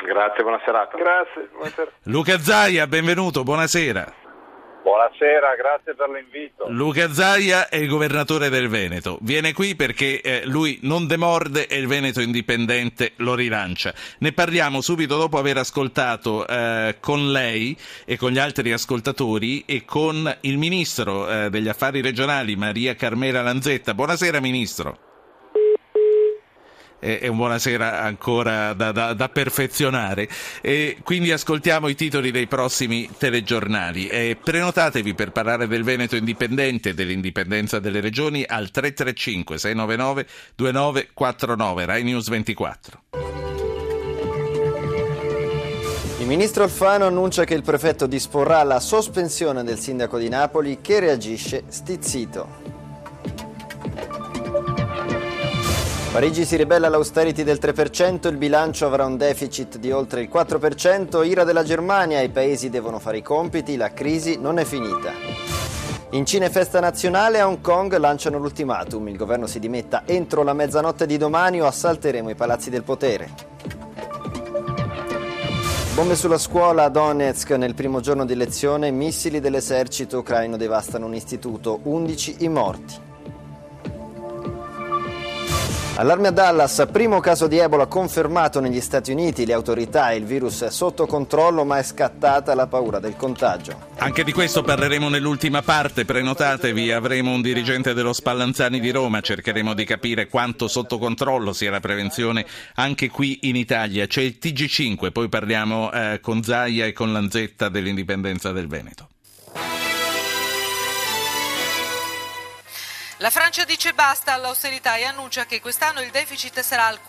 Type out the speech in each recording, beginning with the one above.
Grazie, buona serata. Grazie, buonasera. Luca Zaia, benvenuto, buonasera. Buonasera, grazie per l'invito. Luca Zaia è il governatore del Veneto. Viene qui perché lui non demorde e il Veneto indipendente lo rilancia. Ne parliamo subito dopo aver ascoltato con lei e con gli altri ascoltatori e con il Ministro degli Affari Regionali, Maria Carmela Lanzetta. Buonasera, Ministro. È un buonasera ancora da perfezionare, e quindi ascoltiamo i titoli dei prossimi telegiornali. Prenotatevi per parlare del Veneto indipendente e dell'indipendenza delle regioni al 335 699 2949 Rai News 24. Il ministro Alfano annuncia che il prefetto disporrà la sospensione del sindaco di Napoli che reagisce stizzito. Parigi si ribella all'austerity del 3%, il bilancio avrà un deficit di oltre il 4%, ira della Germania, i paesi devono fare i compiti, la crisi non è finita. In Cina è festa nazionale, a Hong Kong lanciano l'ultimatum, il governo si dimetta entro la mezzanotte di domani o assalteremo i palazzi del potere. Bombe sulla scuola a Donetsk nel primo giorno di lezione, missili dell'esercito ucraino devastano un istituto, 11 i morti. Allarme a Dallas, primo caso di Ebola confermato negli Stati Uniti, le autorità e il virus è sotto controllo ma è scattata la paura del contagio. Anche di questo parleremo nell'ultima parte, prenotatevi, avremo un dirigente dello Spallanzani di Roma, cercheremo di capire quanto sotto controllo sia la prevenzione anche qui in Italia. C'è il TG5, poi parliamo con Zaia e con Lanzetta dell'indipendenza del Veneto. La Francia dice basta all'austerità e annuncia che quest'anno il deficit sarà al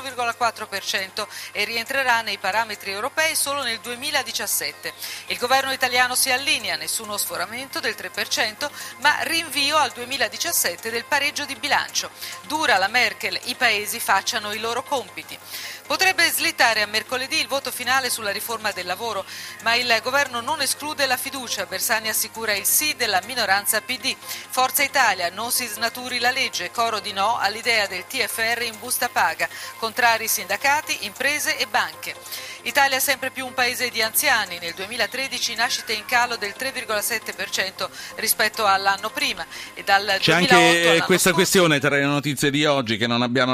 4,4% e rientrerà nei parametri europei solo nel 2017. Il governo italiano si allinea, nessuno sforamento del 3%, ma rinvio al 2017 del pareggio di bilancio. Dura la Merkel, i paesi facciano i loro compiti. Potrebbe slittare a mercoledì il voto finale sulla riforma del lavoro, ma il governo non esclude la fiducia. Bersani assicura il sì della minoranza PD. Forza Italia, non si snaturi la legge, coro di no all'idea del TFR in busta paga, contrari sindacati, imprese e banche. Italia sempre più un paese di anziani, nel 2013 nascite in calo del 3,7% rispetto all'anno prima e dal 2008 C'è anche questa questione tra le notizie di oggi che non abbiamo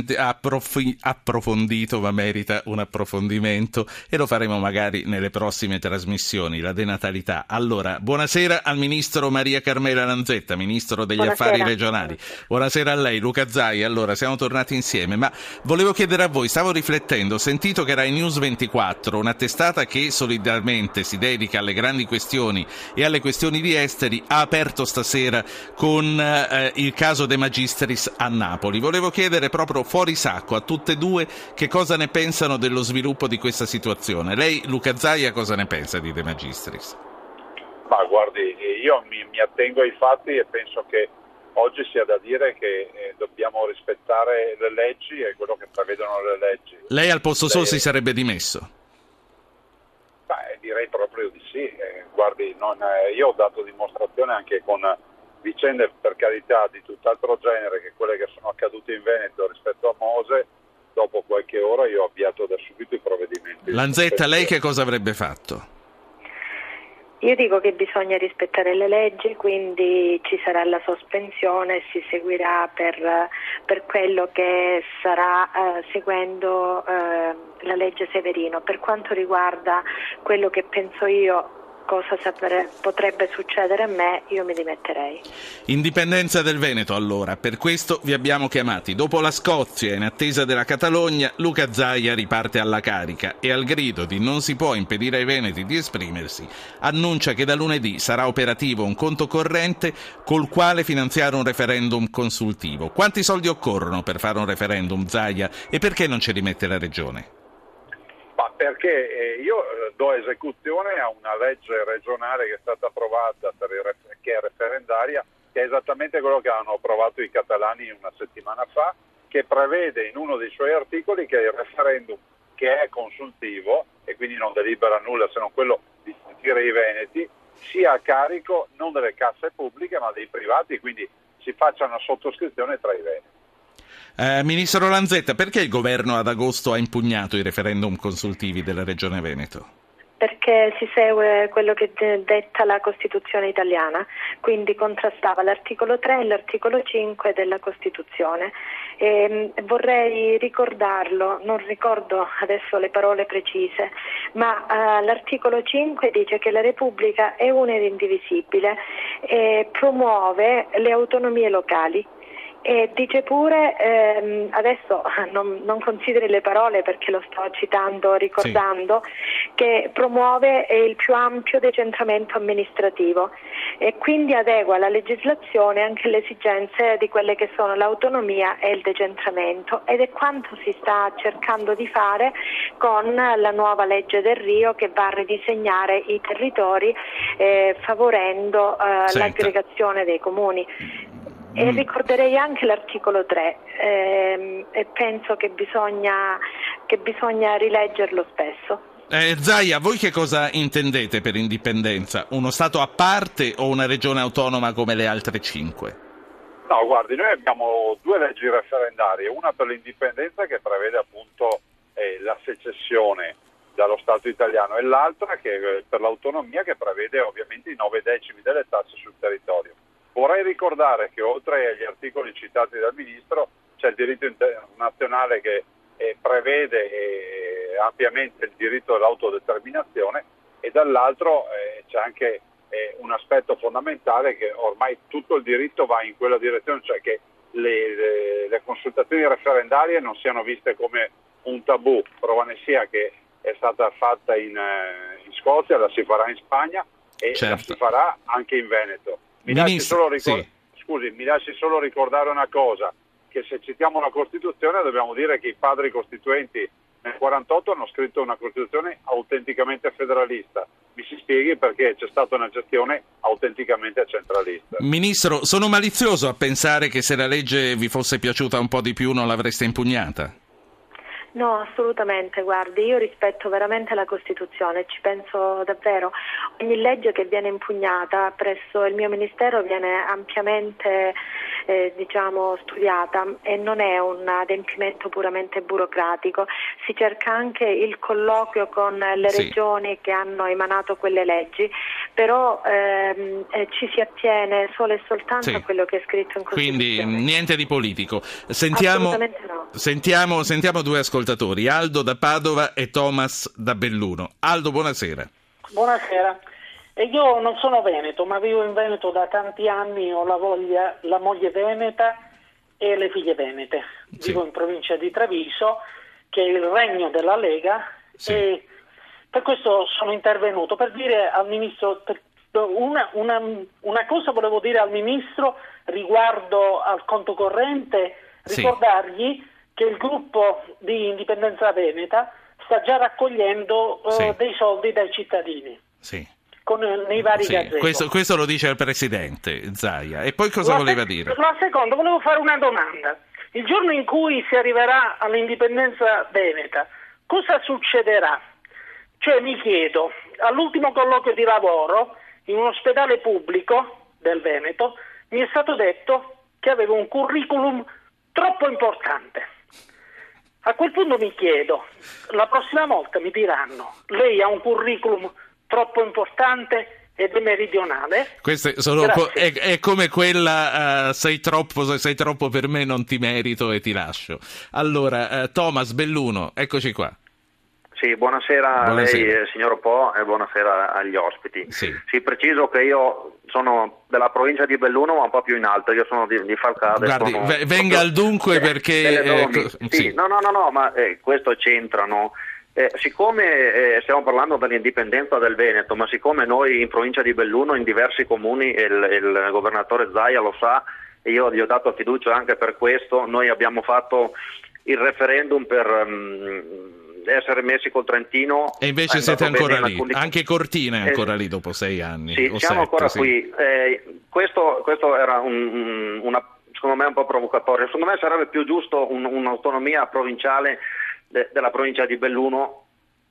approfondito, ma merita un approfondimento e lo faremo magari nelle prossime trasmissioni, la denatalità. Allora, buonasera al Ministro Maria Carmela Lanzetta, Ministro degli Affari Regionali. Buonasera a lei, Luca Zaia. Allora, siamo tornati insieme, ma volevo chiedere a voi, stavo riflettendo, ho sentito che Rai News 24, una testata che solidarmente si dedica alle grandi questioni e alle questioni di esteri, ha aperto stasera con il caso De Magistris a Napoli. Volevo chiedere proprio fuori sacco a tutte e due che cosa ne pensano dello sviluppo di questa situazione. Lei, Luca Zaia, cosa ne pensa di De Magistris? Ma guardi, io mi attengo ai fatti e penso che oggi sia da dire che dobbiamo rispettare le leggi e quello che prevedono le leggi. Lei al posto suo si sarebbe dimesso? Beh, direi proprio di sì. Guardi, io ho dato dimostrazione anche con vicende, per carità, di tutt'altro genere che quelle che sono accadute in Veneto rispetto a Mose. Dopo qualche ora io ho avviato da subito i provvedimenti. Lanzetta, lei che cosa avrebbe fatto? Io dico che bisogna rispettare le leggi, quindi ci sarà la sospensione, si seguirà per quello che sarà seguendo la legge Severino. Per quanto riguarda quello che penso io, cosa potrebbe succedere a me, io mi dimetterei. Indipendenza del Veneto, allora, per questo vi abbiamo chiamati. Dopo la Scozia, in attesa della Catalogna, Luca Zaia riparte alla carica e al grido di non si può impedire ai veneti di esprimersi, annuncia che da lunedì sarà operativo un conto corrente col quale finanziare un referendum consultivo. Quanti soldi occorrono per fare un referendum, Zaia, e perché non ci rimette la Regione? Perché io do esecuzione a una legge regionale che è stata approvata, che è referendaria, che è esattamente quello che hanno approvato i catalani una settimana fa, che prevede in uno dei suoi articoli che il referendum, che è consultivo e quindi non delibera nulla se non quello di sentire i veneti, sia a carico non delle casse pubbliche ma dei privati, quindi si faccia una sottoscrizione tra i veneti. Ministro Lanzetta, perché il governo ad agosto ha impugnato i referendum consultivi della Regione Veneto? Perché si segue quello che detta la Costituzione italiana, quindi contrastava l'articolo 3 e l'articolo 5 della Costituzione. Vorrei ricordarlo, non ricordo adesso le parole precise, ma l'articolo 5 dice che la Repubblica è una ed indivisibile e promuove le autonomie locali. E dice pure, adesso non consideri le parole perché lo sto citando, ricordando, che promuove il più ampio decentramento amministrativo e quindi adegua la legislazione anche alle esigenze di quelle che sono l'autonomia e il decentramento, ed è quanto si sta cercando di fare con la nuova legge del Rio, che va a ridisegnare i territori favorendo l'aggregazione dei comuni. E ricorderei anche l'articolo 3 e penso che bisogna rileggerlo spesso. Zaia, voi che cosa intendete per indipendenza? Uno Stato a parte o una regione autonoma come le altre 5? No, guardi, noi abbiamo 2 leggi referendarie, una per l'indipendenza che prevede appunto la secessione dallo Stato italiano e l'altra che per l'autonomia, che prevede ovviamente i 9 decimi delle tasse sul territorio. Vorrei ricordare che oltre agli articoli citati dal Ministro c'è il diritto nazionale che prevede ampiamente il diritto all'autodeterminazione, e dall'altro c'è anche un aspetto fondamentale, che ormai tutto il diritto va in quella direzione, cioè che le consultazioni referendarie non siano viste come un tabù. Prova ne sia che è stata fatta in Scozia, la si farà in Spagna e la si farà anche in Veneto. Mi lasci solo ricordare una cosa, che se citiamo la Costituzione dobbiamo dire che i padri costituenti nel 1948 hanno scritto una Costituzione autenticamente federalista. Mi si spieghi perché c'è stata una gestione autenticamente centralista. Ministro, sono malizioso a pensare che se la legge vi fosse piaciuta un po' di più non l'avreste impugnata? No, assolutamente, guardi, io rispetto veramente la Costituzione, ci penso davvero. Ogni legge che viene impugnata presso il mio Ministero viene ampiamente studiata e non è un adempimento puramente burocratico. Si cerca anche il colloquio con le regioni che hanno emanato quelle leggi, però ci si attiene solo e soltanto a quello che è scritto in Costituzione. Quindi niente di politico. Assolutamente no. Sentiamo 2 ascoltatori, Aldo da Padova e Thomas da Belluno. Aldo, buonasera. Buonasera. Io non sono veneto, ma vivo in Veneto da tanti anni, ho la moglie veneta e le figlie venete. Vivo in provincia di Treviso, che è il regno della Lega, e per questo sono intervenuto, per dire al Ministro, una cosa volevo dire al Ministro riguardo al conto corrente, ricordargli che il gruppo di Indipendenza Veneta sta già raccogliendo dei soldi dai cittadini. Nei vari gazebo. Questo lo dice il Presidente Zaia. E poi cosa voleva dire? La seconda, volevo fare una domanda. Il giorno in cui si arriverà all'indipendenza veneta, cosa succederà? Cioè, mi chiedo, all'ultimo colloquio di lavoro in un ospedale pubblico del Veneto mi è stato detto che avevo un curriculum troppo importante. A quel punto mi chiedo, la prossima volta mi diranno, lei ha un curriculum troppo importante ed è meridionale? Queste sono è come quella sei troppo per me, non ti merito e ti lascio. Allora, Thomas Belluno, eccoci qua. Sì, buonasera a lei, signor Po, e buonasera agli ospiti. Sì, preciso che io sono della provincia di Belluno, ma un po' più in alto, io sono di Falcade. Guardi, venga al dunque perché... No, ma questo c'entrano. Siccome stiamo parlando dell'indipendenza del Veneto, ma siccome noi in provincia di Belluno, in diversi comuni, il governatore Zaia lo sa, e io gli ho dato fiducia anche per questo, noi abbiamo fatto il referendum per... essere messi col Trentino, e invece siete ancora lì, anche Cortina è ancora lì dopo 6 anni. Sì, siamo ancora qui. Questo era secondo me un po' provocatorio. Secondo me sarebbe più giusto un'autonomia provinciale della provincia di Belluno,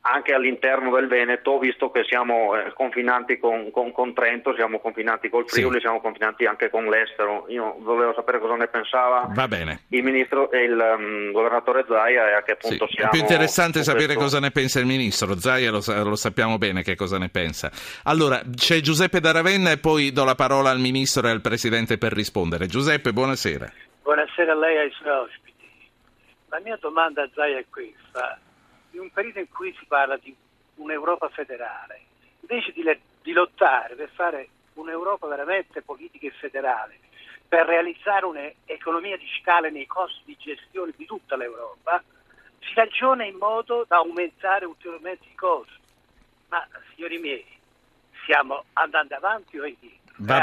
anche all'interno del Veneto, visto che siamo confinanti con Trento, siamo confinanti col Friuli, siamo confinanti anche con l'estero. Io volevo sapere cosa ne pensava il ministro e il governatore Zaia e a che punto siamo. È più interessante sapere cosa ne pensa il ministro. Zaia lo sappiamo bene che cosa ne pensa. Allora, c'è Giuseppe da Ravenna e poi do la parola al ministro e al presidente per rispondere. Giuseppe, buonasera. Buonasera a lei e ai suoi ospiti. La mia domanda a Zaia è questa. In un periodo in cui si parla di un'Europa federale, invece di lottare per fare un'Europa veramente politica e federale, per realizzare un'economia di scala nei costi di gestione di tutta l'Europa, si ragiona in modo da aumentare ulteriormente i costi. Ma, signori miei, stiamo andando avanti o indietro?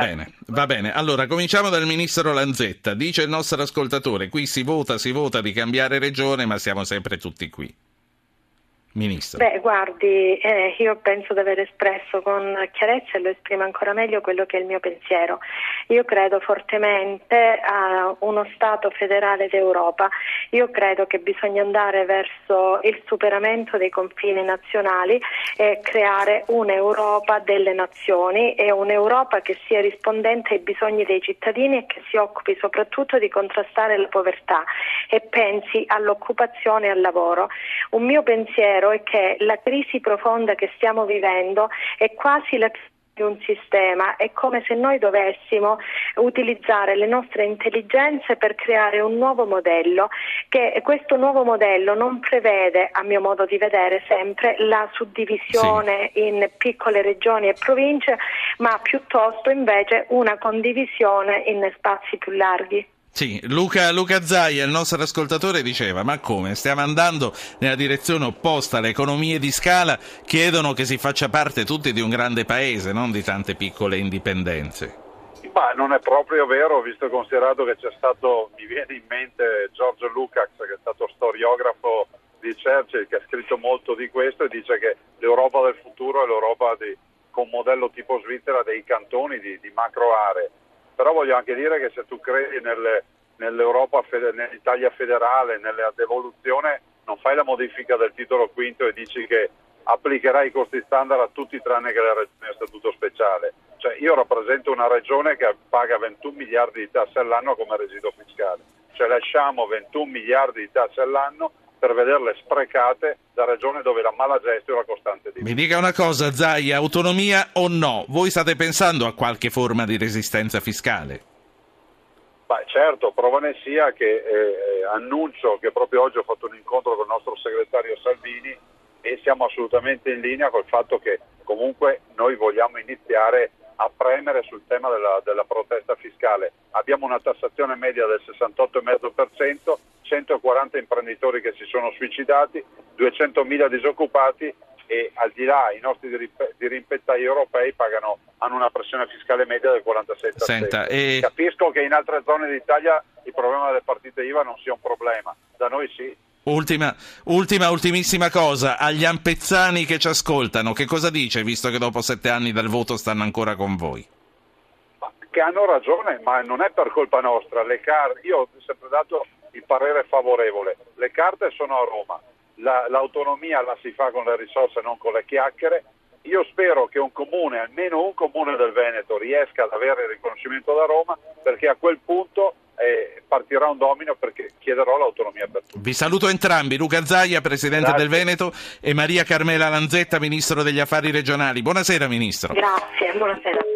Va bene. Allora, cominciamo dal ministro Lanzetta. Dice il nostro ascoltatore, qui si vota di cambiare regione, ma siamo sempre tutti qui. Ministro. Guardi, io penso di aver espresso con chiarezza e lo esprimo ancora meglio quello che è il mio pensiero. Io credo fortemente a uno Stato federale d'Europa. Io credo che bisogna andare verso il superamento dei confini nazionali e creare un'Europa delle nazioni e un'Europa che sia rispondente ai bisogni dei cittadini e che si occupi soprattutto di contrastare la povertà e pensi all'occupazione e al lavoro. Un mio pensiero è che la crisi profonda che stiamo vivendo è quasi la crisi di un sistema, è come se noi dovessimo utilizzare le nostre intelligenze per creare un nuovo modello, che questo nuovo modello non prevede, a mio modo di vedere sempre, la suddivisione in piccole regioni e province, ma piuttosto invece una condivisione in spazi più larghi. Sì, Luca Zaia, il nostro ascoltatore, diceva: ma come? Stiamo andando nella direzione opposta, le economie di scala chiedono che si faccia parte tutti di un grande paese, non di tante piccole indipendenze. Ma non è proprio vero, visto e considerato che c'è stato, mi viene in mente George Lukács, che è stato storiografo di Churchill, che ha scritto molto di questo e dice che l'Europa del futuro è l'Europa con modello tipo Svizzera dei cantoni, di macro aree. Però voglio anche dire che se tu credi nell'Europa, nell'Italia federale, nella devoluzione, non fai la modifica del titolo quinto e dici che applicherai i costi standard a tutti tranne che le regioni a statuto speciale. Cioè, io rappresento una regione che paga 21 miliardi di tasse all'anno come residuo fiscale. Cioè lasciamo 21 miliardi di tasse all'anno per vederle sprecate da regione dove la mala gestione è la costante di. Mi dica una cosa, Zaia, autonomia o no? Voi state pensando a qualche forma di resistenza fiscale? Beh, certo, prova ne sia che annuncio che proprio oggi ho fatto un incontro con il nostro segretario Salvini e siamo assolutamente in linea col fatto che comunque noi vogliamo iniziare a premere sul tema della protesta fiscale. Abbiamo una tassazione media del 68,5%, 140 imprenditori che si sono suicidati, 200.000 disoccupati e al di là i nostri dirimpettai europei hanno una pressione fiscale media del 47%. Capisco che in altre zone d'Italia il problema delle partite IVA non sia un problema, da noi sì. Ultimissima cosa, agli ampezzani che ci ascoltano, che cosa dice, visto che dopo 7 anni dal voto stanno ancora con voi? Che hanno ragione, ma non è per colpa nostra. Io ho sempre dato il parere favorevole, le carte sono a Roma, l'autonomia la si fa con le risorse, non con le chiacchiere. Io spero che un comune, almeno un comune del Veneto, riesca ad avere il riconoscimento da Roma, perché a quel punto partirà un domino, perché chiederò l'autonomia per tutti. Vi saluto entrambi, Luca Zaia, Presidente del Veneto, e Maria Carmela Lanzetta, Ministro degli Affari Regionali. Buonasera, Ministro. Grazie, buonasera.